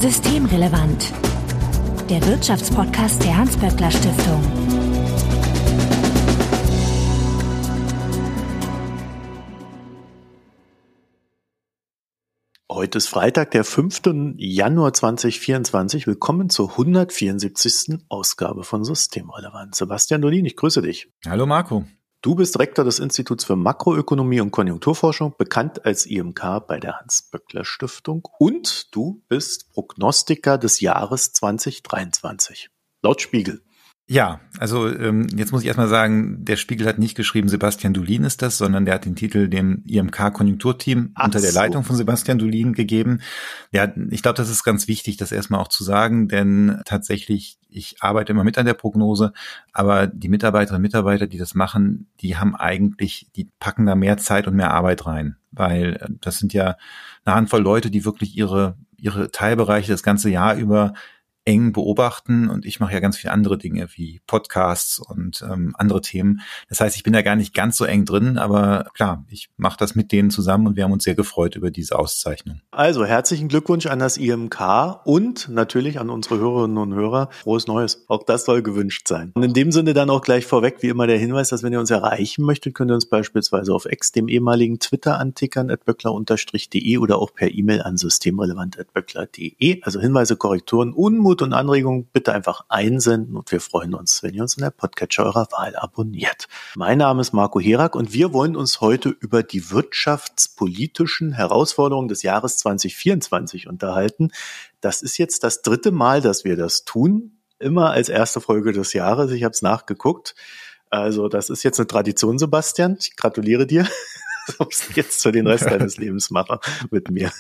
Systemrelevant. Der Wirtschaftspodcast der Hans-Böckler-Stiftung. Heute ist Freitag, der 5. Januar 2024. Willkommen zur 174. Ausgabe von Systemrelevant. Sebastian Dolin, ich grüße dich. Hallo Marco. Du bist Rektor des Instituts für Makroökonomie und Konjunkturforschung, bekannt als IMK bei der Hans-Böckler-Stiftung. Und du bist Prognostiker des Jahres 2023. Laut Spiegel. Ja, also jetzt muss ich erstmal sagen, der Spiegel hat nicht geschrieben, Sebastian Dolin ist das, sondern der hat den Titel dem IMK-Konjunkturteam unter der Leitung von Sebastian Dolin gegeben. Ja, ich glaube, das ist ganz wichtig, das erstmal auch zu sagen, denn tatsächlich, ich arbeite immer mit an der Prognose, aber die Mitarbeiterinnen und Mitarbeiter, die das machen, die packen da mehr Zeit und mehr Arbeit rein, weil das sind ja eine Handvoll Leute, die wirklich ihre Teilbereiche das ganze Jahr über eng beobachten, und ich mache ja ganz viele andere Dinge wie Podcasts und andere Themen. Das heißt, ich bin da gar nicht ganz so eng drin, aber klar, ich mache das mit denen zusammen und wir haben uns sehr gefreut über diese Auszeichnung. Also herzlichen Glückwunsch an das IMK und natürlich an unsere Hörerinnen und Hörer. Frohes Neues. Auch das soll gewünscht sein. Und in dem Sinne dann auch gleich vorweg, wie immer, der Hinweis, dass wenn ihr uns erreichen möchtet, könnt ihr uns beispielsweise auf X, dem ehemaligen Twitter, antickern, @böckler_de oder auch per E-Mail an systemrelevant@böckler.de. Also Hinweise, Korrekturen, Unmut und Anregungen bitte einfach einsenden, und wir freuen uns, wenn ihr uns in der Podcatcher eurer Wahl abonniert. Mein Name ist Marco Herak und wir wollen uns heute über die wirtschaftspolitischen Herausforderungen des Jahres 2024 unterhalten. Das ist jetzt das 3. Mal, dass wir das tun, immer als erste Folge des Jahres. Ich habe es nachgeguckt. Also das ist jetzt eine Tradition, Sebastian. Ich gratuliere dir. Das musst du jetzt für den Rest deines Lebens machen mit mir.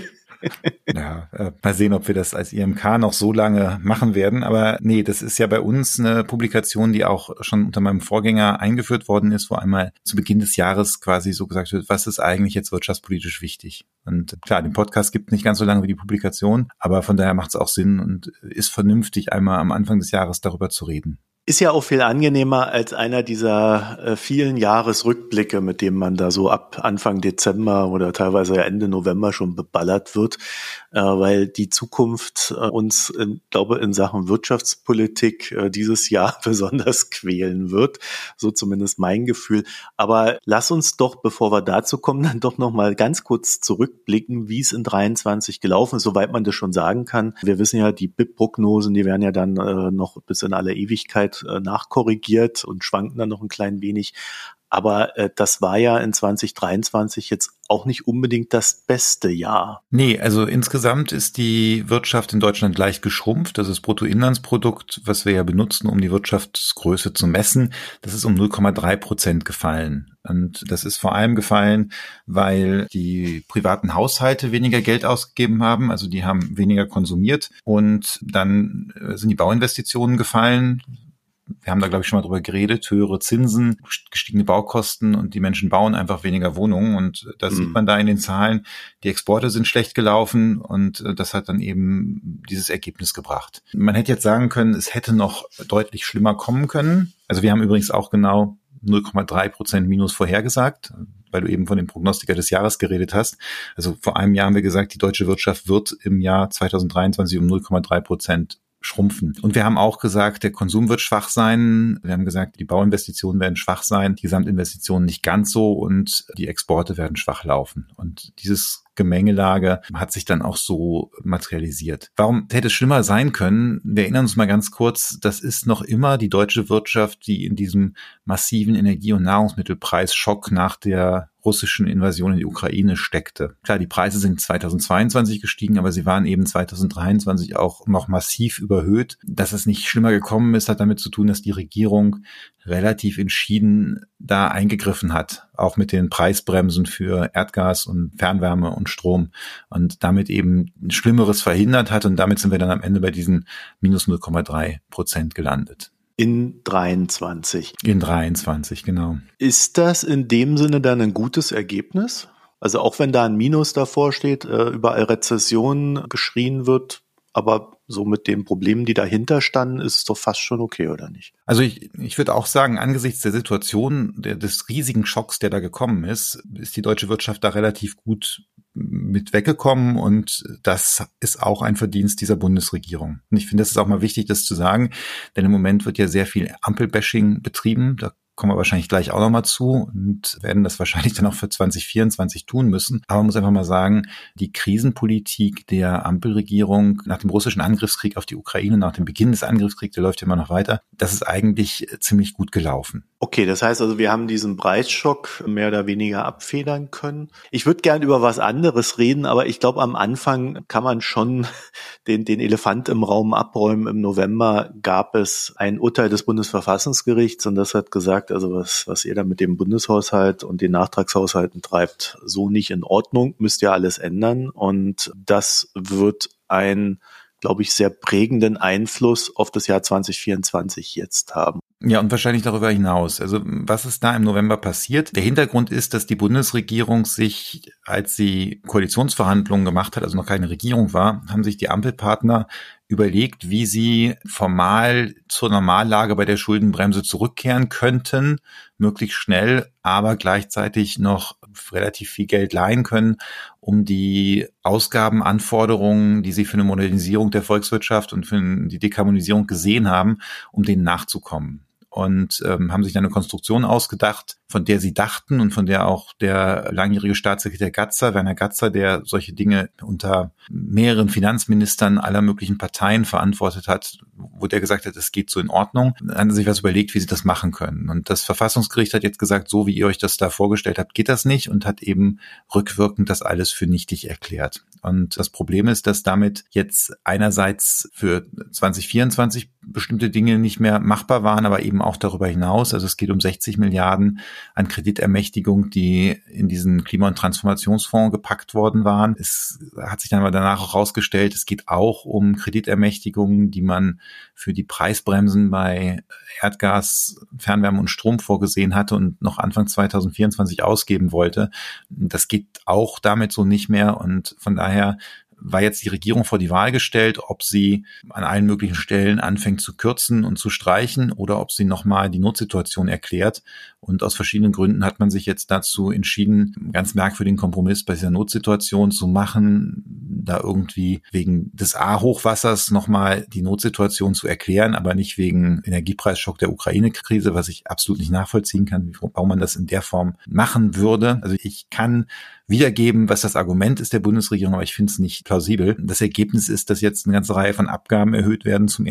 Ja, mal sehen, ob wir das als IMK noch so lange machen werden. Aber nee, das ist ja bei uns eine Publikation, die auch schon unter meinem Vorgänger eingeführt worden ist, wo einmal zu Beginn des Jahres quasi so gesagt wird, was ist eigentlich jetzt wirtschaftspolitisch wichtig? Und klar, den Podcast gibt nicht ganz so lange wie die Publikation, aber von daher macht es auch Sinn und ist vernünftig, einmal am Anfang des Jahres darüber zu reden. Ist ja auch viel angenehmer als einer dieser vielen Jahresrückblicke, mit dem man da so ab Anfang Dezember oder teilweise Ende November schon beballert wird, weil die Zukunft uns, glaube in Sachen Wirtschaftspolitik dieses Jahr besonders quälen wird. So zumindest mein Gefühl. Aber lass uns doch, bevor wir dazu kommen, dann doch noch mal ganz kurz zurückblicken, wie es in 23 gelaufen ist, soweit man das schon sagen kann. Wir wissen ja, die BIP-Prognosen, die werden ja dann noch bis in alle Ewigkeit nachkorrigiert und schwanken dann noch ein klein wenig. Aber das war ja in 2023 jetzt auch nicht unbedingt das beste Jahr. Nee, also insgesamt ist die Wirtschaft in Deutschland leicht geschrumpft. Das ist Bruttoinlandsprodukt, was wir ja benutzen, um die Wirtschaftsgröße zu messen. Das ist um 0,3% gefallen. Und das ist vor allem gefallen, weil die privaten Haushalte weniger Geld ausgegeben haben. Also die haben weniger konsumiert. Und dann sind die Bauinvestitionen gefallen. Wir haben da, glaube ich, schon mal drüber geredet, höhere Zinsen, gestiegene Baukosten, und die Menschen bauen einfach weniger Wohnungen, und das sieht man da in den Zahlen. Die Exporte sind schlecht gelaufen, und das hat dann eben dieses Ergebnis gebracht. Man hätte jetzt sagen können, es hätte noch deutlich schlimmer kommen können. Also wir haben übrigens auch genau 0,3% Minus vorhergesagt, weil du eben von dem Prognostiker des Jahres geredet hast. Also vor einem Jahr haben wir gesagt, die deutsche Wirtschaft wird im Jahr 2023 um 0,3% schrumpfen. Und wir haben auch gesagt, der Konsum wird schwach sein. Wir haben gesagt, die Bauinvestitionen werden schwach sein, die Gesamtinvestitionen nicht ganz so, und die Exporte werden schwach laufen. Und dieses Gemengelage hat sich dann auch so materialisiert. Warum hätte es schlimmer sein können? Wir erinnern uns mal ganz kurz, das ist noch immer die deutsche Wirtschaft, die in diesem massiven Energie- und Nahrungsmittelpreisschock nach der russischen Invasion in die Ukraine steckte. Klar, die Preise sind 2022 gestiegen, aber sie waren eben 2023 auch noch massiv überhöht. Dass es nicht schlimmer gekommen ist, hat damit zu tun, dass die Regierung relativ entschieden da eingegriffen hat, auch mit den Preisbremsen für Erdgas und Fernwärme und Strom, und damit eben Schlimmeres verhindert hat, und damit sind wir dann am Ende bei diesen minus 0,3% gelandet. In 23. In 23, genau. Ist das in dem Sinne dann ein gutes Ergebnis? Also auch wenn da ein Minus davor steht, überall Rezession geschrien wird, aber so mit den Problemen, die dahinter standen, ist es doch fast schon okay, oder nicht? Also ich würde auch sagen, angesichts der Situation, des riesigen Schocks, der da gekommen ist die deutsche Wirtschaft da relativ gut mit weggekommen, und das ist auch ein Verdienst dieser Bundesregierung. Und ich finde, das ist auch mal wichtig, das zu sagen, denn im Moment wird ja sehr viel Ampelbashing betrieben. Da kommen wir wahrscheinlich gleich auch nochmal zu und werden das wahrscheinlich dann auch für 2024 tun müssen. Aber man muss einfach mal sagen, die Krisenpolitik der Ampelregierung nach dem russischen Angriffskrieg auf die Ukraine, nach dem Beginn des Angriffskriegs, der läuft ja immer noch weiter, das ist eigentlich ziemlich gut gelaufen. Okay, das heißt also, wir haben diesen Preisschock mehr oder weniger abfedern können. Ich würde gern über was anderes reden, aber ich glaube, am Anfang kann man schon den Elefant im Raum abräumen. Im November gab es ein Urteil des Bundesverfassungsgerichts, und das hat gesagt, also was ihr da mit dem Bundeshaushalt und den Nachtragshaushalten treibt, so nicht in Ordnung, müsst ihr alles ändern. Und das wird glaube ich, sehr prägenden Einfluss auf das Jahr 2024 jetzt haben. Ja, und wahrscheinlich darüber hinaus. Also was ist da im November passiert? Der Hintergrund ist, dass die Bundesregierung sich, als sie Koalitionsverhandlungen gemacht hat, also noch keine Regierung war, haben sich die Ampelpartner überlegt, wie sie formal zur Normallage bei der Schuldenbremse zurückkehren könnten, möglichst schnell, aber gleichzeitig noch relativ viel Geld leihen können, um die Ausgabenanforderungen, die sie für eine Modernisierung der Volkswirtschaft und für die Dekarbonisierung gesehen haben, um denen nachzukommen. Und haben sich dann eine Konstruktion ausgedacht, von der sie dachten und von der auch der langjährige Staatssekretär Werner Gatzer, der solche Dinge unter mehreren Finanzministern aller möglichen Parteien verantwortet hat, wo der gesagt hat, es geht so in Ordnung, dann haben sie sich was überlegt, wie sie das machen können. Und das Verfassungsgericht hat jetzt gesagt, so wie ihr euch das da vorgestellt habt, geht das nicht, und hat eben rückwirkend das alles für nichtig erklärt. Und das Problem ist, dass damit jetzt einerseits für 2024 bestimmte Dinge nicht mehr machbar waren, aber eben auch darüber hinaus. Also es geht um 60 Milliarden an Kreditermächtigung, die in diesen Klima- und Transformationsfonds gepackt worden waren. Es hat sich dann aber danach auch herausgestellt, es geht auch um Kreditermächtigungen, die man für die Preisbremsen bei Erdgas, Fernwärme und Strom vorgesehen hatte und noch Anfang 2024 ausgeben wollte. Das geht auch damit so nicht mehr, und von daher war jetzt die Regierung vor die Wahl gestellt, ob sie an allen möglichen Stellen anfängt zu kürzen und zu streichen oder ob sie nochmal die Notsituation erklärt. Und aus verschiedenen Gründen hat man sich jetzt dazu entschieden, einen ganz merkwürdigen Kompromiss bei dieser Notsituation zu machen, da irgendwie wegen des A-Hochwassers nochmal die Notsituation zu erklären, aber nicht wegen Energiepreisschock der Ukraine-Krise, was ich absolut nicht nachvollziehen kann, warum man das in der Form machen würde. Also ich kann wiedergeben, was das Argument ist der Bundesregierung, aber ich finde es nicht plausibel. Das Ergebnis ist, dass jetzt eine ganze Reihe von Abgaben erhöht werden zum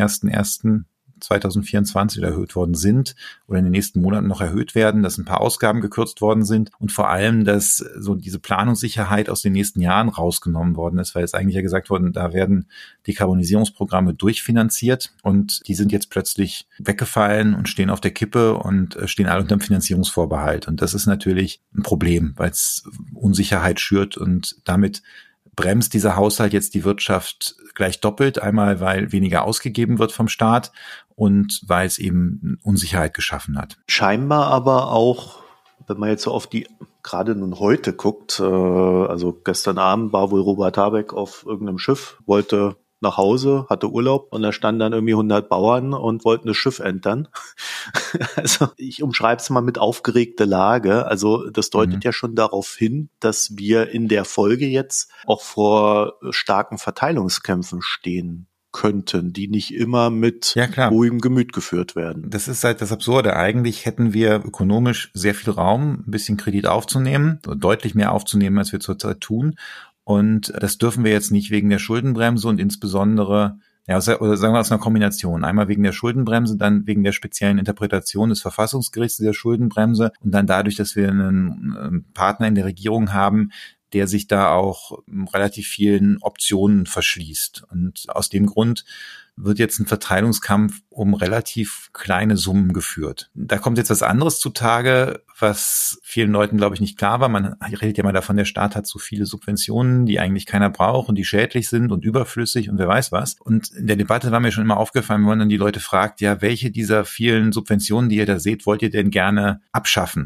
1.1.2024 oder erhöht worden sind oder in den nächsten Monaten noch erhöht werden, dass ein paar Ausgaben gekürzt worden sind und vor allem, dass so diese Planungssicherheit aus den nächsten Jahren rausgenommen worden ist, weil es eigentlich ja gesagt worden, da werden Dekarbonisierungsprogramme durchfinanziert und die sind jetzt plötzlich weggefallen und stehen auf der Kippe und stehen alle unter dem Finanzierungsvorbehalt. Und das ist natürlich ein Problem, weil es Unsicherheit schürt, und damit bremst dieser Haushalt jetzt die Wirtschaft gleich doppelt. Einmal, weil weniger ausgegeben wird vom Staat und weil es eben Unsicherheit geschaffen hat. Scheinbar aber auch, wenn man jetzt so auf die, gerade nun heute guckt, also gestern Abend war wohl Robert Habeck auf irgendeinem Schiff, wollte nach Hause, hatte Urlaub, und da standen dann irgendwie 100 Bauern und wollten das Schiff entern. Also ich umschreibe es mal mit aufgeregte Lage. Also das deutet ja schon darauf hin, dass wir in der Folge jetzt auch vor starken Verteilungskämpfen stehen könnten, die nicht immer mit ruhigem Gemüt geführt werden. Das ist halt das Absurde. Eigentlich hätten wir ökonomisch sehr viel Raum, ein bisschen Kredit aufzunehmen, deutlich mehr aufzunehmen, als wir zurzeit tun. Und das dürfen wir jetzt nicht wegen der Schuldenbremse und insbesondere, oder sagen wir aus einer Kombination. Einmal wegen der Schuldenbremse, dann wegen der speziellen Interpretation des Verfassungsgerichts dieser Schuldenbremse und dann dadurch, dass wir einen Partner in der Regierung haben, der sich da auch relativ vielen Optionen verschließt. Und aus dem Grund wird jetzt ein Verteilungskampf um relativ kleine Summen geführt. Da kommt jetzt was anderes zutage, was vielen Leuten, glaube ich, nicht klar war. Man redet ja mal davon, der Staat hat so viele Subventionen, die eigentlich keiner braucht und die schädlich sind und überflüssig und wer weiß was. Und in der Debatte war mir schon immer aufgefallen, wenn man dann die Leute fragt, ja, welche dieser vielen Subventionen, die ihr da seht, wollt ihr denn gerne abschaffen?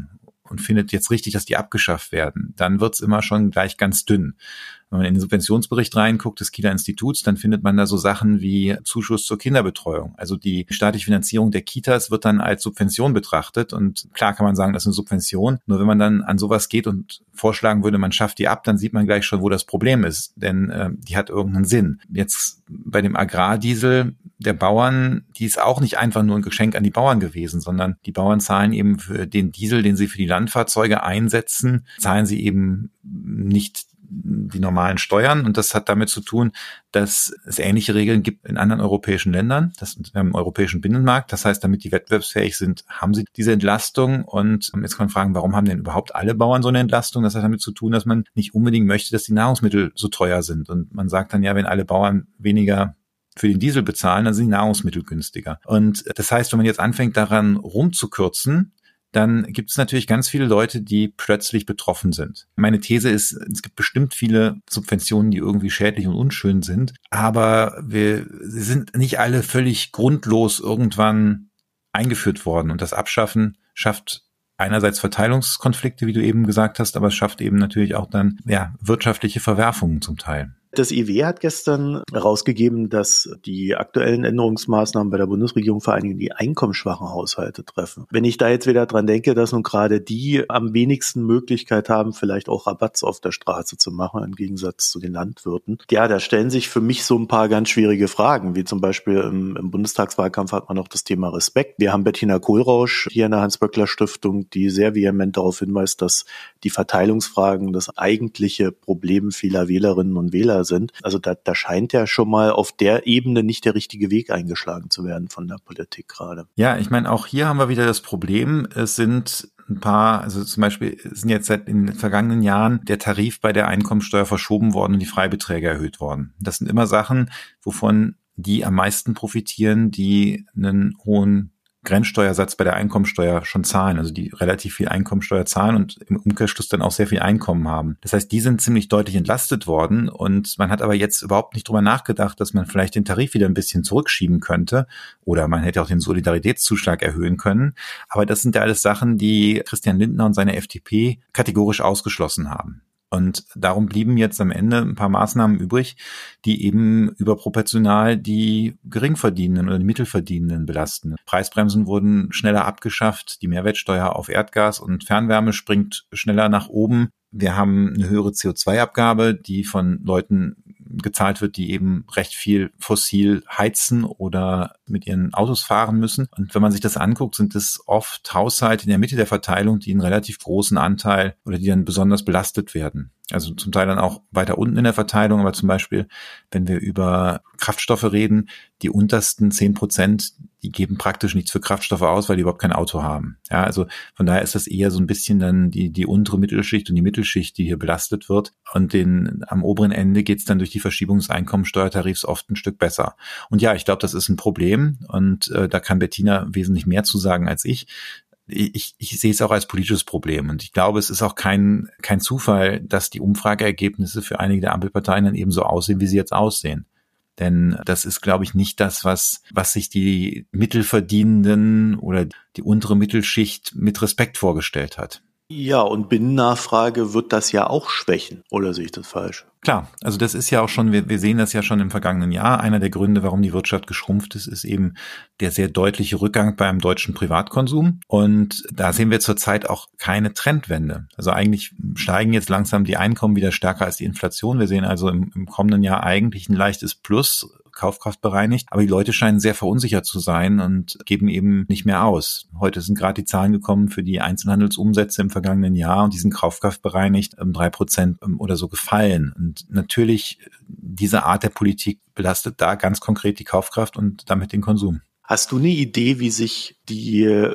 und findet jetzt richtig, dass die abgeschafft werden, dann wird's immer schon gleich ganz dünn. Wenn man in den Subventionsbericht reinguckt des Kieler Instituts, dann findet man da so Sachen wie Zuschuss zur Kinderbetreuung. Also die staatliche Finanzierung der Kitas wird dann als Subvention betrachtet. Und klar kann man sagen, das ist eine Subvention. Nur wenn man dann an sowas geht und vorschlagen würde, man schafft die ab, dann sieht man gleich schon, wo das Problem ist. Denn die hat irgendeinen Sinn. Jetzt bei dem Agrardiesel der Bauern, die ist auch nicht einfach nur ein Geschenk an die Bauern gewesen, sondern die Bauern zahlen eben für den Diesel, den sie für die Landfahrzeuge einsetzen, zahlen sie eben nicht die normalen Steuern. Und das hat damit zu tun, dass es ähnliche Regeln gibt in anderen europäischen Ländern. Wir haben einen europäischen Binnenmarkt. Das heißt, damit die wettbewerbsfähig sind, haben sie diese Entlastung. Und jetzt kann man fragen, warum haben denn überhaupt alle Bauern so eine Entlastung? Das hat damit zu tun, dass man nicht unbedingt möchte, dass die Nahrungsmittel so teuer sind. Und man sagt dann ja, wenn alle Bauern weniger für den Diesel bezahlen, dann sind die Nahrungsmittel günstiger. Und das heißt, wenn man jetzt anfängt, daran rumzukürzen, dann gibt es natürlich ganz viele Leute, die plötzlich betroffen sind. Meine These ist, es gibt bestimmt viele Subventionen, die irgendwie schädlich und unschön sind, aber sie sind nicht alle völlig grundlos irgendwann eingeführt worden. Und das Abschaffen schafft einerseits Verteilungskonflikte, wie du eben gesagt hast, aber es schafft eben natürlich auch dann wirtschaftliche Verwerfungen zum Teil. Das IW hat gestern herausgegeben, dass die aktuellen Änderungsmaßnahmen bei der Bundesregierung vor allen Dingen die einkommensschwachen Haushalte treffen. Wenn ich da jetzt wieder dran denke, dass nun gerade die am wenigsten Möglichkeit haben, vielleicht auch Rabatz auf der Straße zu machen, im Gegensatz zu den Landwirten. Ja, da stellen sich für mich so ein paar ganz schwierige Fragen, wie zum Beispiel im Bundestagswahlkampf hat man noch das Thema Respekt. Wir haben Bettina Kohlrausch hier in der Hans-Böckler-Stiftung, die sehr vehement darauf hinweist, dass die Verteilungsfragen das eigentliche Problem vieler Wählerinnen und Wähler sind. Also da scheint ja schon mal auf der Ebene nicht der richtige Weg eingeschlagen zu werden von der Politik gerade. Ja, ich meine, auch hier haben wir wieder das Problem, es sind ein paar, also zum Beispiel sind jetzt seit in den vergangenen Jahren der Tarif bei der Einkommensteuer verschoben worden und die Freibeträge erhöht worden. Das sind immer Sachen, wovon die am meisten profitieren, die einen hohen Grenzsteuersatz bei der Einkommensteuer schon zahlen, also die relativ viel Einkommensteuer zahlen und im Umkehrschluss dann auch sehr viel Einkommen haben. Das heißt, die sind ziemlich deutlich entlastet worden und man hat aber jetzt überhaupt nicht drüber nachgedacht, dass man vielleicht den Tarif wieder ein bisschen zurückschieben könnte oder man hätte auch den Solidaritätszuschlag erhöhen können. Aber das sind ja alles Sachen, die Christian Lindner und seine FDP kategorisch ausgeschlossen haben. Und darum blieben jetzt am Ende ein paar Maßnahmen übrig, die eben überproportional die Geringverdienenden oder die Mittelverdienenden belasten. Preisbremsen wurden schneller abgeschafft, die Mehrwertsteuer auf Erdgas und Fernwärme springt schneller nach oben. Wir haben eine höhere CO2-Abgabe, die von Leuten gezahlt wird, die eben recht viel fossil heizen oder mit ihren Autos fahren müssen. Und wenn man sich das anguckt, sind es oft Haushalte in der Mitte der Verteilung, die einen relativ großen Anteil oder die dann besonders belastet werden. Also zum Teil dann auch weiter unten in der Verteilung, aber zum Beispiel, wenn wir über Kraftstoffe reden, die untersten 10%, die geben praktisch nichts für Kraftstoffe aus, weil die überhaupt kein Auto haben. Ja, also von daher ist das eher so ein bisschen dann die untere Mittelschicht und die Mittelschicht, die hier belastet wird. Und am oberen Ende geht's dann durch die Verschiebung des Einkommensteuertarifs oft ein Stück besser. Und ja, ich glaube, das ist ein Problem und da kann Bettina wesentlich mehr zu sagen als ich. Ich sehe es auch als politisches Problem und ich glaube, es ist auch kein Zufall, dass die Umfrageergebnisse für einige der Ampelparteien dann eben so aussehen, wie sie jetzt aussehen. Denn das ist, glaube ich, nicht das, was sich die Mittelverdienenden oder die untere Mittelschicht mit Respekt vorgestellt hat. Ja, und Binnennachfrage wird das ja auch schwächen, oder sehe ich das falsch? Klar, also das ist ja auch schon, wir sehen das ja schon im vergangenen Jahr. Einer der Gründe, warum die Wirtschaft geschrumpft ist eben der sehr deutliche Rückgang beim deutschen Privatkonsum. Und da sehen wir zurzeit auch keine Trendwende. Also eigentlich steigen jetzt langsam die Einkommen wieder stärker als die Inflation. Wir sehen also im kommenden Jahr eigentlich ein leichtes Plus, Kaufkraft bereinigt, aber die Leute scheinen sehr verunsichert zu sein und geben eben nicht mehr aus. Heute sind gerade die Zahlen gekommen für die Einzelhandelsumsätze im vergangenen Jahr und die sind kaufkraftbereinigt 3% oder so gefallen. Und natürlich, diese Art der Politik belastet da ganz konkret die Kaufkraft und damit den Konsum. Hast du eine Idee, wie sich die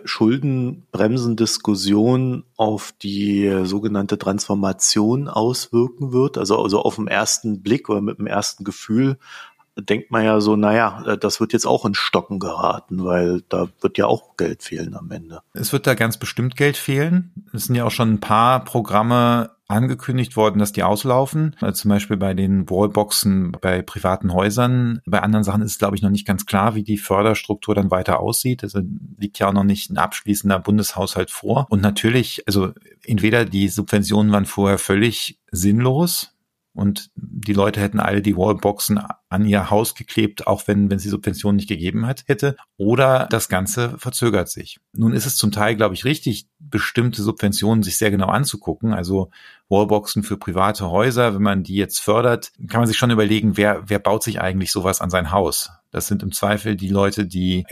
Schuldenbremsendiskussion auf die sogenannte Transformation auswirken wird? Also auf den ersten Blick oder mit dem ersten Gefühl, denkt man ja so, naja, das wird jetzt auch in Stocken geraten, weil da wird ja auch Geld fehlen am Ende. Es wird da ganz bestimmt Geld fehlen. Es sind ja auch schon ein paar Programme angekündigt worden, dass die auslaufen. Also zum Beispiel bei den Wallboxen bei privaten Häusern. Bei anderen Sachen ist es, glaube ich, noch nicht ganz klar, wie die Förderstruktur dann weiter aussieht. Also liegt ja auch noch nicht ein abschließender Bundeshaushalt vor. Und natürlich, also entweder die Subventionen waren vorher völlig sinnlos, und die Leute hätten alle die Wallboxen an ihr Haus geklebt, auch wenn es die Subvention nicht gegeben hätte. Oder das Ganze verzögert sich. Nun ist es zum Teil, glaube ich, richtig, bestimmte Subventionen sich sehr genau anzugucken. Also Wallboxen für private Häuser, wenn man die jetzt fördert, kann man sich schon überlegen, wer baut sich eigentlich sowas an sein Haus? Das sind im Zweifel die Leute, die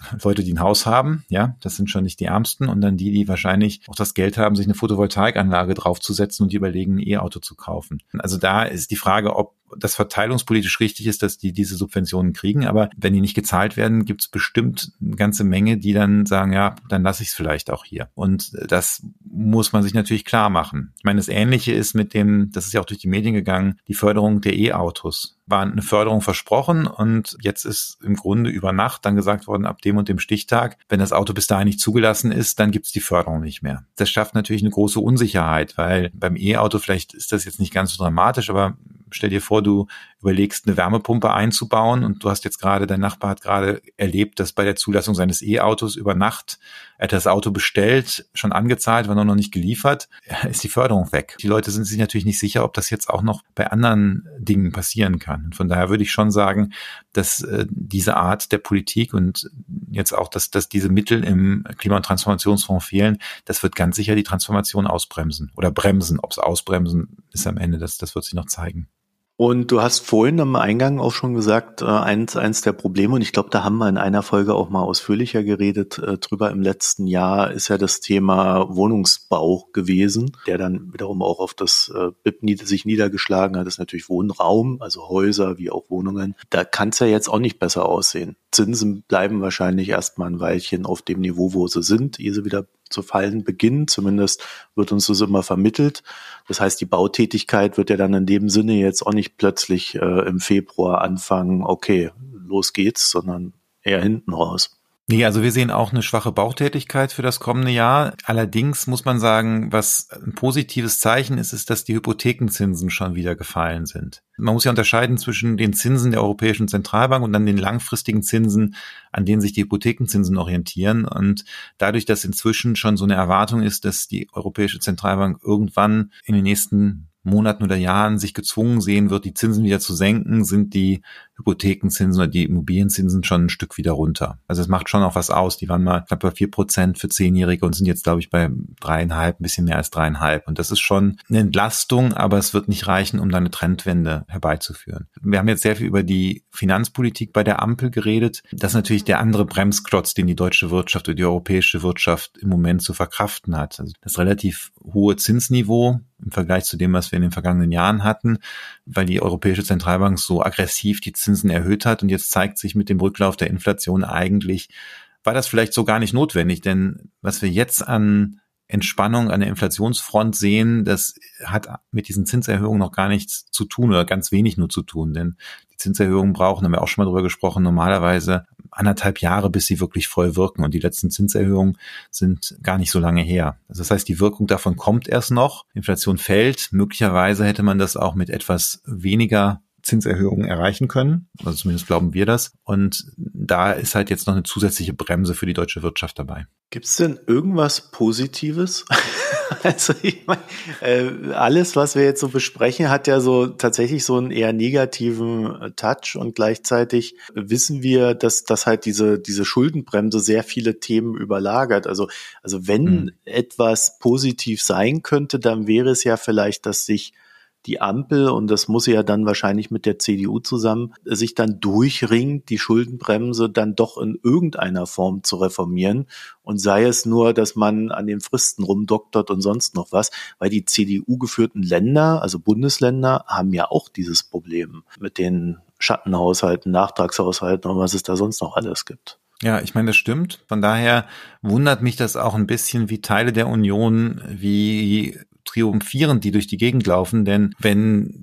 ein Haus haben, ja, das sind schon nicht die Ärmsten, und dann die wahrscheinlich auch das Geld haben, sich eine Photovoltaikanlage draufzusetzen und die überlegen, ein E-Auto zu kaufen. Also da ist die Frage, ob das verteilungspolitisch richtig ist, dass die diese Subventionen kriegen, aber wenn die nicht gezahlt werden, gibt es bestimmt eine ganze Menge, die dann sagen, ja, dann lasse ich es vielleicht auch hier. Und das muss man sich natürlich klar machen. Ich meine, das Ähnliche ist das ist ja auch durch die Medien gegangen, die Förderung der E-Autos. War eine Förderung versprochen und jetzt ist im Grunde über Nacht dann gesagt worden, ab dem und dem Stichtag, wenn das Auto bis dahin nicht zugelassen ist, dann gibt es die Förderung nicht mehr. Das schafft natürlich eine große Unsicherheit, weil beim E-Auto, vielleicht ist das jetzt nicht ganz so dramatisch, aber stell dir vor, du überlegst, eine Wärmepumpe einzubauen und dein Nachbar hat gerade erlebt, dass bei der Zulassung seines E-Autos über Nacht, er hat das Auto bestellt, schon angezahlt, war noch nicht geliefert, ist die Förderung weg. Die Leute sind sich natürlich nicht sicher, ob das jetzt auch noch bei anderen Dingen passieren kann. Und von daher würde ich schon sagen, dass diese Art der Politik und jetzt auch, dass diese Mittel im Klima- und Transformationsfonds fehlen, das wird ganz sicher die Transformation ausbremsen oder bremsen. Ob es ausbremsen ist am Ende, das wird sich noch zeigen. Und du hast vorhin am Eingang auch schon gesagt, eins der Probleme, und ich glaube, da haben wir in einer Folge auch mal ausführlicher geredet drüber im letzten Jahr, ist ja das Thema Wohnungsbau gewesen, der dann wiederum auch auf das BIP sich niedergeschlagen hat. Das ist natürlich Wohnraum, also Häuser wie auch Wohnungen. Da kann es ja jetzt auch nicht besser aussehen. Zinsen bleiben wahrscheinlich erstmal ein Weilchen auf dem Niveau, wo sie sind, ehe sie wieder zu fallen beginnen. Zumindest wird uns das immer vermittelt. Das heißt, die Bautätigkeit wird ja dann in dem Sinne jetzt auch nicht plötzlich im Februar anfangen, okay, los geht's, sondern eher hinten raus. Nee, also wir sehen auch eine schwache Bautätigkeit für das kommende Jahr. Allerdings muss man sagen, was ein positives Zeichen ist, dass die Hypothekenzinsen schon wieder gefallen sind. Man muss ja unterscheiden zwischen den Zinsen der Europäischen Zentralbank und dann den langfristigen Zinsen, an denen sich die Hypothekenzinsen orientieren. Und dadurch, dass inzwischen schon so eine Erwartung ist, dass die Europäische Zentralbank irgendwann in den nächsten Monaten oder Jahren sich gezwungen sehen wird, die Zinsen wieder zu senken, sind die Hypothekenzinsen oder die Immobilienzinsen schon ein Stück wieder runter. Also es macht schon auch was aus. Die waren mal knapp bei 4% für 10-Jährige und sind jetzt, glaube ich, bei 3,5, ein bisschen mehr als 3,5. Und das ist schon eine Entlastung, aber es wird nicht reichen, um da eine Trendwende herbeizuführen. Wir haben jetzt sehr viel über die Finanzpolitik bei der Ampel geredet. Das ist natürlich der andere Bremsklotz, den die deutsche Wirtschaft oder die europäische Wirtschaft im Moment zu verkraften hat. Also das relativ hohe Zinsniveau im Vergleich zu dem, was wir in den vergangenen Jahren hatten, weil die Europäische Zentralbank so aggressiv die Zinsen erhöht hat. Und jetzt zeigt sich mit dem Rücklauf der Inflation eigentlich, war das vielleicht so gar nicht notwendig. Denn was wir jetzt an Entspannung an der Inflationsfront sehen, das hat mit diesen Zinserhöhungen noch gar nichts zu tun oder ganz wenig nur zu tun. Denn die Zinserhöhungen brauchen, haben wir auch schon mal drüber gesprochen, normalerweise 1,5 Jahre, bis sie wirklich voll wirken. Und die letzten Zinserhöhungen sind gar nicht so lange her. Das heißt, die Wirkung davon kommt erst noch. Inflation fällt. Möglicherweise hätte man das auch mit etwas weniger Zinserhöhungen erreichen können. Also zumindest glauben wir das. Und da ist halt jetzt noch eine zusätzliche Bremse für die deutsche Wirtschaft dabei. Gibt es denn irgendwas Positives? Also ich meine, alles, was wir jetzt so besprechen, hat ja so tatsächlich so einen eher negativen Touch und gleichzeitig wissen wir, dass halt diese Schuldenbremse sehr viele Themen überlagert. Also wenn etwas positiv sein könnte, dann wäre es ja vielleicht, dass sich die Ampel, und das muss sie ja dann wahrscheinlich mit der CDU zusammen, sich dann durchringt, die Schuldenbremse dann doch in irgendeiner Form zu reformieren, und sei es nur, dass man an den Fristen rumdoktert und sonst noch was, weil die CDU-geführten Länder, also Bundesländer, haben ja auch dieses Problem mit den Schattenhaushalten, Nachtragshaushalten und was es da sonst noch alles gibt. Ja, ich meine, das stimmt. Von daher wundert mich das auch ein bisschen, wie Teile der Union, wie triumphierend die durch die Gegend laufen, denn wenn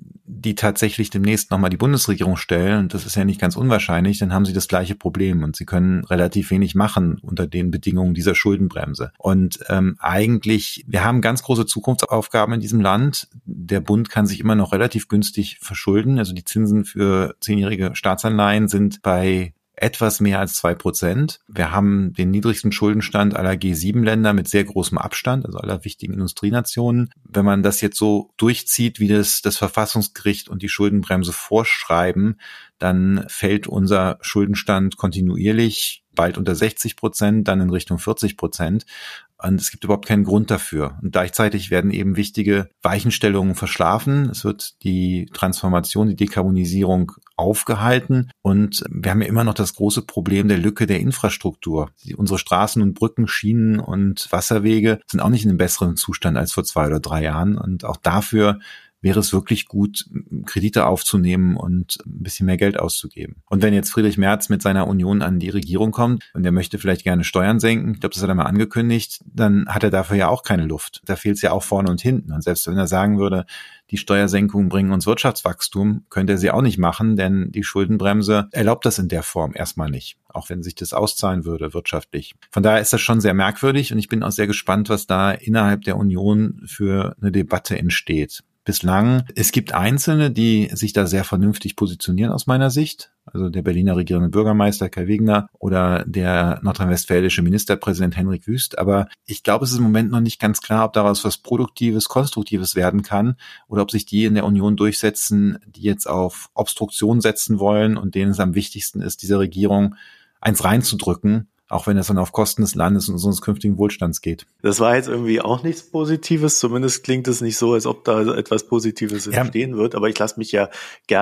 die tatsächlich demnächst nochmal die Bundesregierung stellen, und das ist ja nicht ganz unwahrscheinlich, dann haben sie das gleiche Problem und sie können relativ wenig machen unter den Bedingungen dieser Schuldenbremse. Und eigentlich, wir haben ganz große Zukunftsaufgaben in diesem Land. Der Bund kann sich immer noch relativ günstig verschulden. Also die Zinsen für 10-jährige Staatsanleihen sind bei etwas mehr als 2%. Wir haben den niedrigsten Schuldenstand aller G7-Länder mit sehr großem Abstand, also aller wichtigen Industrienationen. Wenn man das jetzt so durchzieht, wie das Verfassungsgericht und die Schuldenbremse vorschreiben, dann fällt unser Schuldenstand kontinuierlich bald unter 60%, dann in Richtung 40%. Und es gibt überhaupt keinen Grund dafür. Und gleichzeitig werden eben wichtige Weichenstellungen verschlafen. Es wird die Transformation, die Dekarbonisierung aufgehalten. Und wir haben ja immer noch das große Problem der Lücke der Infrastruktur. Unsere Straßen und Brücken, Schienen und Wasserwege sind auch nicht in einem besseren Zustand als vor 2 oder 3 Jahren. Und auch dafür wäre es wirklich gut, Kredite aufzunehmen und ein bisschen mehr Geld auszugeben. Und wenn jetzt Friedrich Merz mit seiner Union an die Regierung kommt und der möchte vielleicht gerne Steuern senken, ich glaube, das hat er mal angekündigt, dann hat er dafür ja auch keine Luft. Da fehlt es ja auch vorne und hinten. Und selbst wenn er sagen würde, die Steuersenkungen bringen uns Wirtschaftswachstum, könnte er sie auch nicht machen, denn die Schuldenbremse erlaubt das in der Form erstmal nicht, auch wenn sich das auszahlen würde wirtschaftlich. Von daher ist das schon sehr merkwürdig und ich bin auch sehr gespannt, was da innerhalb der Union für eine Debatte entsteht. Bislang, es gibt Einzelne, die sich da sehr vernünftig positionieren aus meiner Sicht. Also der Berliner regierende Bürgermeister Kai Wegner oder der nordrhein-westfälische Ministerpräsident Henrik Wüst. Aber ich glaube, es ist im Moment noch nicht ganz klar, ob daraus was Produktives, Konstruktives werden kann oder ob sich die in der Union durchsetzen, die jetzt auf Obstruktion setzen wollen und denen es am wichtigsten ist, dieser Regierung eins reinzudrücken, auch wenn es dann auf Kosten des Landes und unseres künftigen Wohlstands geht. Das war jetzt irgendwie auch nichts Positives, zumindest klingt es nicht so, als ob da etwas Positives entstehen wird, aber ich lasse mich ja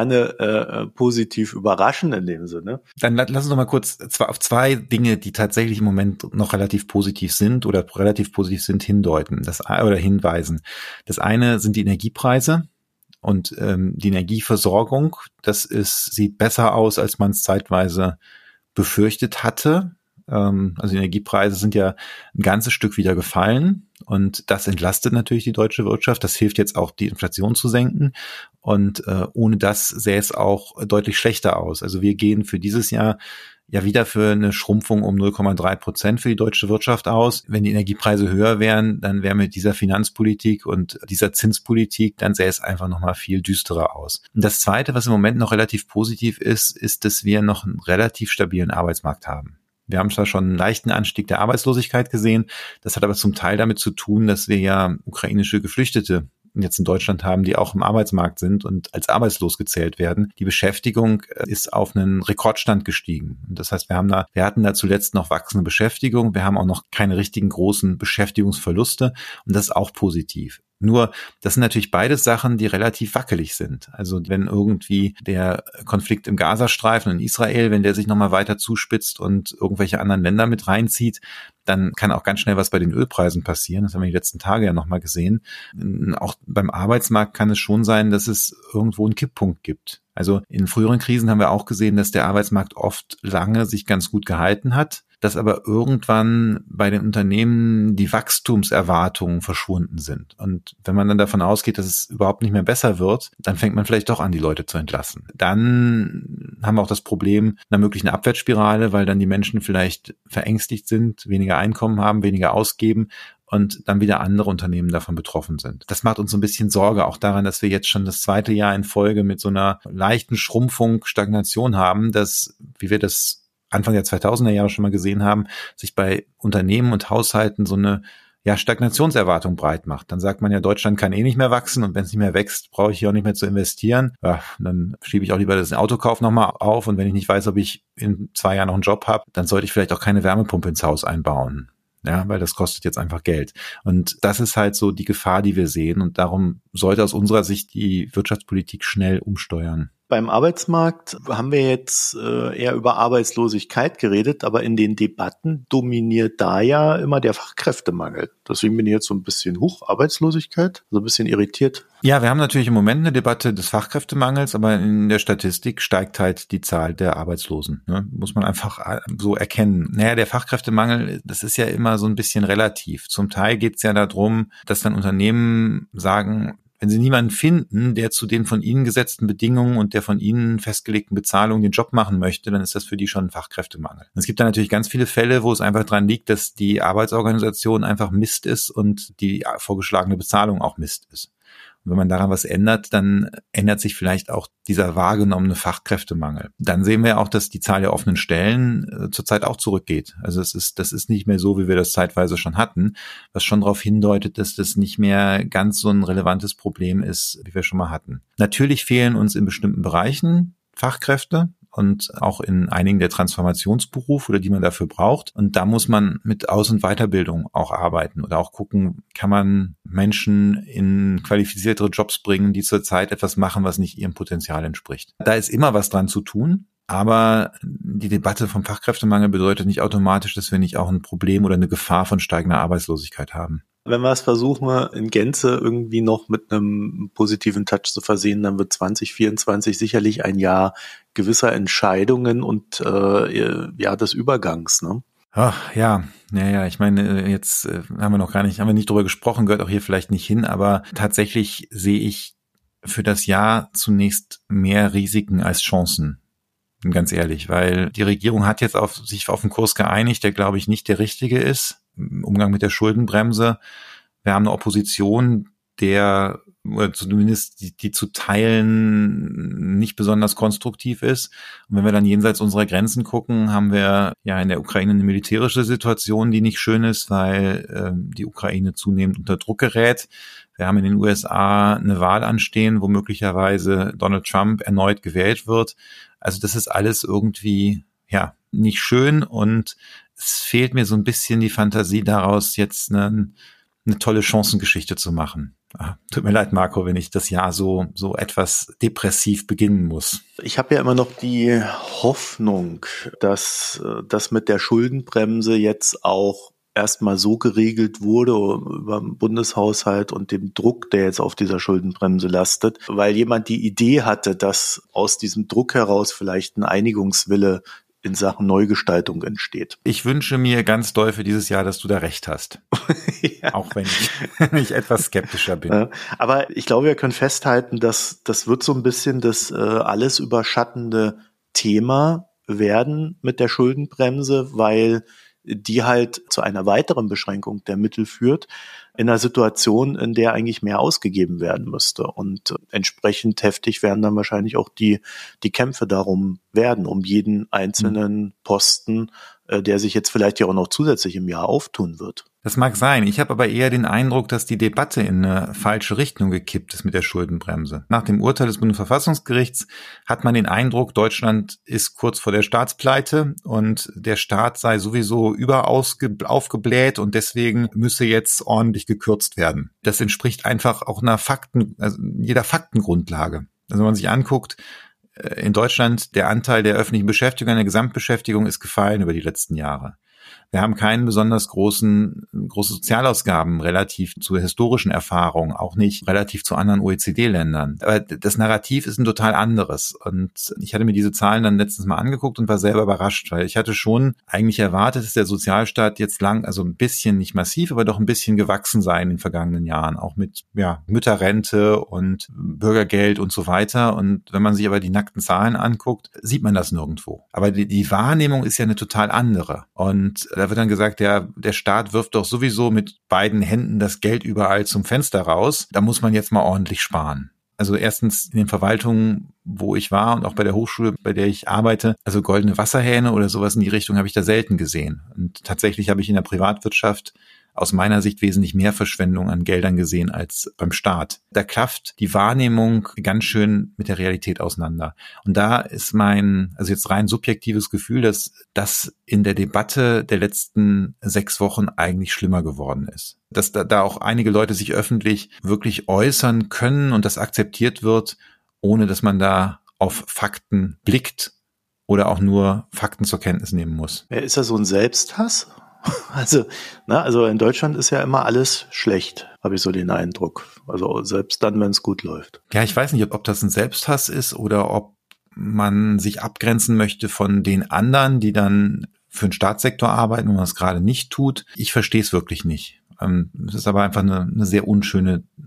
gerne positiv überraschen in dem Sinne. Dann lass uns noch mal kurz auf 2 Dinge, die tatsächlich im Moment noch relativ positiv sind oder relativ positiv sind, hindeuten oder hinweisen. Das eine sind die Energiepreise. Und die Energieversorgung, sieht besser aus, als man es zeitweise befürchtet hatte. Also die Energiepreise sind ja ein ganzes Stück wieder gefallen und das entlastet natürlich die deutsche Wirtschaft. Das hilft jetzt auch, die Inflation zu senken und ohne das sähe es auch deutlich schlechter aus. Also wir gehen für dieses Jahr ja wieder für eine Schrumpfung um 0,3% für die deutsche Wirtschaft aus. Wenn die Energiepreise höher wären, dann wäre mit dieser Finanzpolitik und dieser Zinspolitik, dann sähe es einfach nochmal viel düsterer aus. Und das Zweite, was im Moment noch relativ positiv ist, dass wir noch einen relativ stabilen Arbeitsmarkt haben. Wir haben zwar schon einen leichten Anstieg der Arbeitslosigkeit gesehen, das hat aber zum Teil damit zu tun, dass wir ja ukrainische Geflüchtete jetzt in Deutschland haben, die auch im Arbeitsmarkt sind und als arbeitslos gezählt werden. Die Beschäftigung ist auf einen Rekordstand gestiegen. Und das heißt, wir hatten da zuletzt noch wachsende Beschäftigung, wir haben auch noch keine richtigen großen Beschäftigungsverluste und das ist auch positiv. Nur, das sind natürlich beides Sachen, die relativ wackelig sind. Also wenn irgendwie der Konflikt im Gazastreifen in Israel, wenn der sich nochmal weiter zuspitzt und irgendwelche anderen Länder mit reinzieht, dann kann auch ganz schnell was bei den Ölpreisen passieren. Das haben wir die letzten Tage ja nochmal gesehen. Auch beim Arbeitsmarkt kann es schon sein, dass es irgendwo einen Kipppunkt gibt. Also in früheren Krisen haben wir auch gesehen, dass der Arbeitsmarkt oft lange sich ganz gut gehalten hat, dass aber irgendwann bei den Unternehmen die Wachstumserwartungen verschwunden sind. Und wenn man dann davon ausgeht, dass es überhaupt nicht mehr besser wird, dann fängt man vielleicht doch an, die Leute zu entlassen. Dann haben wir auch das Problem einer möglichen Abwärtsspirale, weil dann die Menschen vielleicht verängstigt sind, weniger Einkommen haben, weniger ausgeben und dann wieder andere Unternehmen davon betroffen sind. Das macht uns so ein bisschen Sorge, auch daran, dass wir jetzt schon das 2. Jahr in Folge mit so einer leichten Schrumpfung, Stagnation haben, dass, wie wir das Anfang der 2000er Jahre schon mal gesehen haben, sich bei Unternehmen und Haushalten so eine Stagnationserwartung breit macht. Dann sagt man ja, Deutschland kann eh nicht mehr wachsen und wenn es nicht mehr wächst, brauche ich hier auch nicht mehr zu investieren. Ja, dann schiebe ich auch lieber den Autokauf nochmal auf und wenn ich nicht weiß, ob ich in 2 Jahren noch einen Job habe, dann sollte ich vielleicht auch keine Wärmepumpe ins Haus einbauen. Ja, weil das kostet jetzt einfach Geld. Und das ist halt so die Gefahr, die wir sehen. Und darum sollte aus unserer Sicht die Wirtschaftspolitik schnell umsteuern. Beim Arbeitsmarkt haben wir jetzt eher über Arbeitslosigkeit geredet, aber in den Debatten dominiert da ja immer der Fachkräftemangel. Deswegen bin ich jetzt so ein bisschen Arbeitslosigkeit, so ein bisschen irritiert. Ja, wir haben natürlich im Moment eine Debatte des Fachkräftemangels, aber in der Statistik steigt halt die Zahl der Arbeitslosen. Ne? Muss man einfach so erkennen. Naja, der Fachkräftemangel, das ist ja immer so ein bisschen relativ. Zum Teil geht es ja darum, dass dann Unternehmen sagen, Wenn Sie niemanden finden, der zu den von Ihnen gesetzten Bedingungen und der von Ihnen festgelegten Bezahlung den Job machen möchte, dann ist das für die schon ein Fachkräftemangel. Es gibt da natürlich ganz viele Fälle, wo es einfach dran liegt, dass die Arbeitsorganisation einfach Mist ist und die vorgeschlagene Bezahlung auch Mist ist. Und wenn man daran was ändert, dann ändert sich vielleicht auch dieser wahrgenommene Fachkräftemangel. Dann sehen wir auch, dass die Zahl der offenen Stellen zurzeit auch zurückgeht. Also das ist nicht mehr so, wie wir das zeitweise schon hatten, was schon darauf hindeutet, dass das nicht mehr ganz so ein relevantes Problem ist, wie wir schon mal hatten. Natürlich fehlen uns in bestimmten Bereichen Fachkräfte und auch in einigen der Transformationsberufe oder die man dafür braucht. Und da muss man mit Aus- und Weiterbildung auch arbeiten oder auch gucken, kann man Menschen in qualifiziertere Jobs bringen, die zurzeit etwas machen, was nicht ihrem Potenzial entspricht. Da ist immer was dran zu tun. Aber die Debatte vom Fachkräftemangel bedeutet nicht automatisch, dass wir nicht auch ein Problem oder eine Gefahr von steigender Arbeitslosigkeit haben. Wenn wir es versuchen, in Gänze irgendwie noch mit einem positiven Touch zu versehen, dann wird 2024 sicherlich ein Jahr gewisser Entscheidungen und des Übergangs, ne? Ach, ja, ich meine, jetzt haben wir nicht drüber gesprochen, gehört auch hier vielleicht nicht hin, aber tatsächlich sehe ich für das Jahr zunächst mehr Risiken als Chancen. Ganz ehrlich, weil die Regierung hat jetzt sich auf einen Kurs geeinigt, der, glaube ich, nicht der richtige ist. Im Umgang mit der Schuldenbremse. Wir haben eine Opposition, oder zumindest die zu teilen nicht besonders konstruktiv ist. Und wenn wir dann jenseits unserer Grenzen gucken, haben wir ja in der Ukraine eine militärische Situation, die nicht schön ist, weil die Ukraine zunehmend unter Druck gerät. Wir haben in den USA eine Wahl anstehen, wo möglicherweise Donald Trump erneut gewählt wird. Also das ist alles irgendwie nicht schön und es fehlt mir so ein bisschen die Fantasie daraus, jetzt eine tolle Chancengeschichte zu machen. Tut mir leid, Marco, wenn ich das Jahr so etwas depressiv beginnen muss. Ich habe ja immer noch die Hoffnung, dass das mit der Schuldenbremse jetzt auch erstmal so geregelt wurde über den Bundeshaushalt und dem Druck, der jetzt auf dieser Schuldenbremse lastet, weil jemand die Idee hatte, dass aus diesem Druck heraus vielleicht ein Einigungswille in Sachen Neugestaltung entsteht. Ich wünsche mir ganz doll für dieses Jahr, dass du da recht hast. Ja. Auch wenn ich etwas skeptischer bin. Ja, aber ich glaube, wir können festhalten, dass das wird so ein bisschen das alles überschattende Thema werden mit der Schuldenbremse, weil die halt zu einer weiteren Beschränkung der Mittel führt, in einer Situation, in der eigentlich mehr ausgegeben werden müsste. Und entsprechend heftig werden dann wahrscheinlich auch die Kämpfe darum werden, um jeden einzelnen Posten, der sich jetzt vielleicht ja auch noch zusätzlich im Jahr auftun wird. Das mag sein. Ich habe aber eher den Eindruck, dass die Debatte in eine falsche Richtung gekippt ist mit der Schuldenbremse. Nach dem Urteil des Bundesverfassungsgerichts hat man den Eindruck, Deutschland ist kurz vor der Staatspleite und der Staat sei sowieso überaus aufgebläht und deswegen müsse jetzt ordentlich gekürzt werden. Das entspricht einfach auch jeder Faktengrundlage. Also wenn man sich anguckt, in Deutschland der Anteil der öffentlichen Beschäftigung an der Gesamtbeschäftigung ist gefallen über die letzten Jahre. Wir haben keinen besonders große Sozialausgaben relativ zur historischen Erfahrung, auch nicht relativ zu anderen OECD-Ländern. Aber das Narrativ ist ein total anderes. Und ich hatte mir diese Zahlen dann letztens mal angeguckt und war selber überrascht, weil ich hatte schon eigentlich erwartet, dass der Sozialstaat jetzt also ein bisschen, nicht massiv, aber doch ein bisschen gewachsen sei in den vergangenen Jahren, auch mit Mütterrente und Bürgergeld und so weiter. Und wenn man sich aber die nackten Zahlen anguckt, sieht man das nirgendwo. Aber die Wahrnehmung ist ja eine total andere. Und da wird dann gesagt, der Staat wirft doch sowieso mit beiden Händen das Geld überall zum Fenster raus. Da muss man jetzt mal ordentlich sparen. Also erstens in den Verwaltungen, wo ich war und auch bei der Hochschule, bei der ich arbeite, also goldene Wasserhähne oder sowas in die Richtung habe ich da selten gesehen. Und tatsächlich habe ich in der Privatwirtschaft aus meiner Sicht wesentlich mehr Verschwendung an Geldern gesehen als beim Staat. Da klafft die Wahrnehmung ganz schön mit der Realität auseinander. Und da ist mein, jetzt rein subjektives Gefühl, dass das in der Debatte der letzten 6 Wochen eigentlich schlimmer geworden ist. Dass da auch einige Leute sich öffentlich wirklich äußern können und das akzeptiert wird, ohne dass man da auf Fakten blickt oder auch nur Fakten zur Kenntnis nehmen muss. Ist das so ein Selbsthass? Also in Deutschland ist ja immer alles schlecht, habe ich so den Eindruck. Also selbst dann, wenn es gut läuft. Ja, ich weiß nicht, ob das ein Selbsthass ist oder ob man sich abgrenzen möchte von den anderen, die dann für den Staatssektor arbeiten, wenn man es gerade nicht tut. Ich verstehe es wirklich nicht. Es ist aber einfach eine sehr unschöne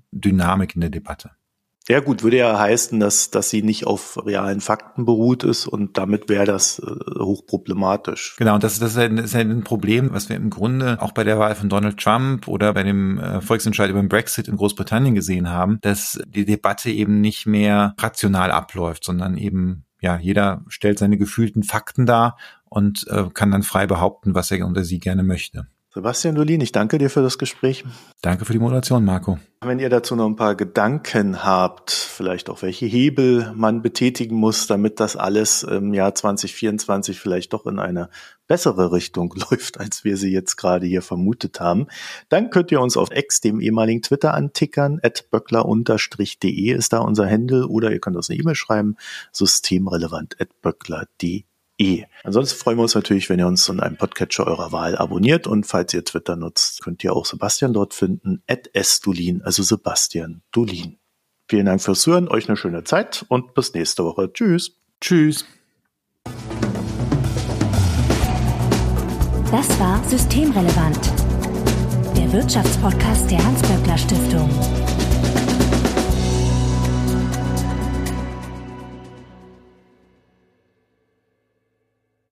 Dynamik in der Debatte. Ja gut, würde ja heißen, dass sie nicht auf realen Fakten beruht ist und damit wäre das hochproblematisch. Genau, und das ist ein Problem, was wir im Grunde auch bei der Wahl von Donald Trump oder bei dem Volksentscheid über den Brexit in Großbritannien gesehen haben, dass die Debatte eben nicht mehr rational abläuft, sondern eben, ja, jeder stellt seine gefühlten Fakten dar und kann dann frei behaupten, was er oder sie gerne möchte. Sebastian Dolin, ich danke dir für das Gespräch. Danke für die Moderation, Marco. Wenn ihr dazu noch ein paar Gedanken habt, vielleicht auch welche Hebel man betätigen muss, damit das alles im Jahr 2024 vielleicht doch in eine bessere Richtung läuft, als wir sie jetzt gerade hier vermutet haben, dann könnt ihr uns auf X, dem ehemaligen Twitter, antickern. @böckler_de ist da unser Handle, oder ihr könnt uns eine E-Mail schreiben, systemrelevant@böckler.de. Ansonsten freuen wir uns natürlich, wenn ihr uns in einem Podcatcher eurer Wahl abonniert, und falls ihr Twitter nutzt, könnt ihr auch Sebastian dort finden, @sdolin, also Sebastian Dolin. Vielen Dank fürs Hören, euch eine schöne Zeit und bis nächste Woche. Tschüss. Tschüss. Das war Systemrelevant, der Wirtschaftspodcast der Hans-Böckler Stiftung.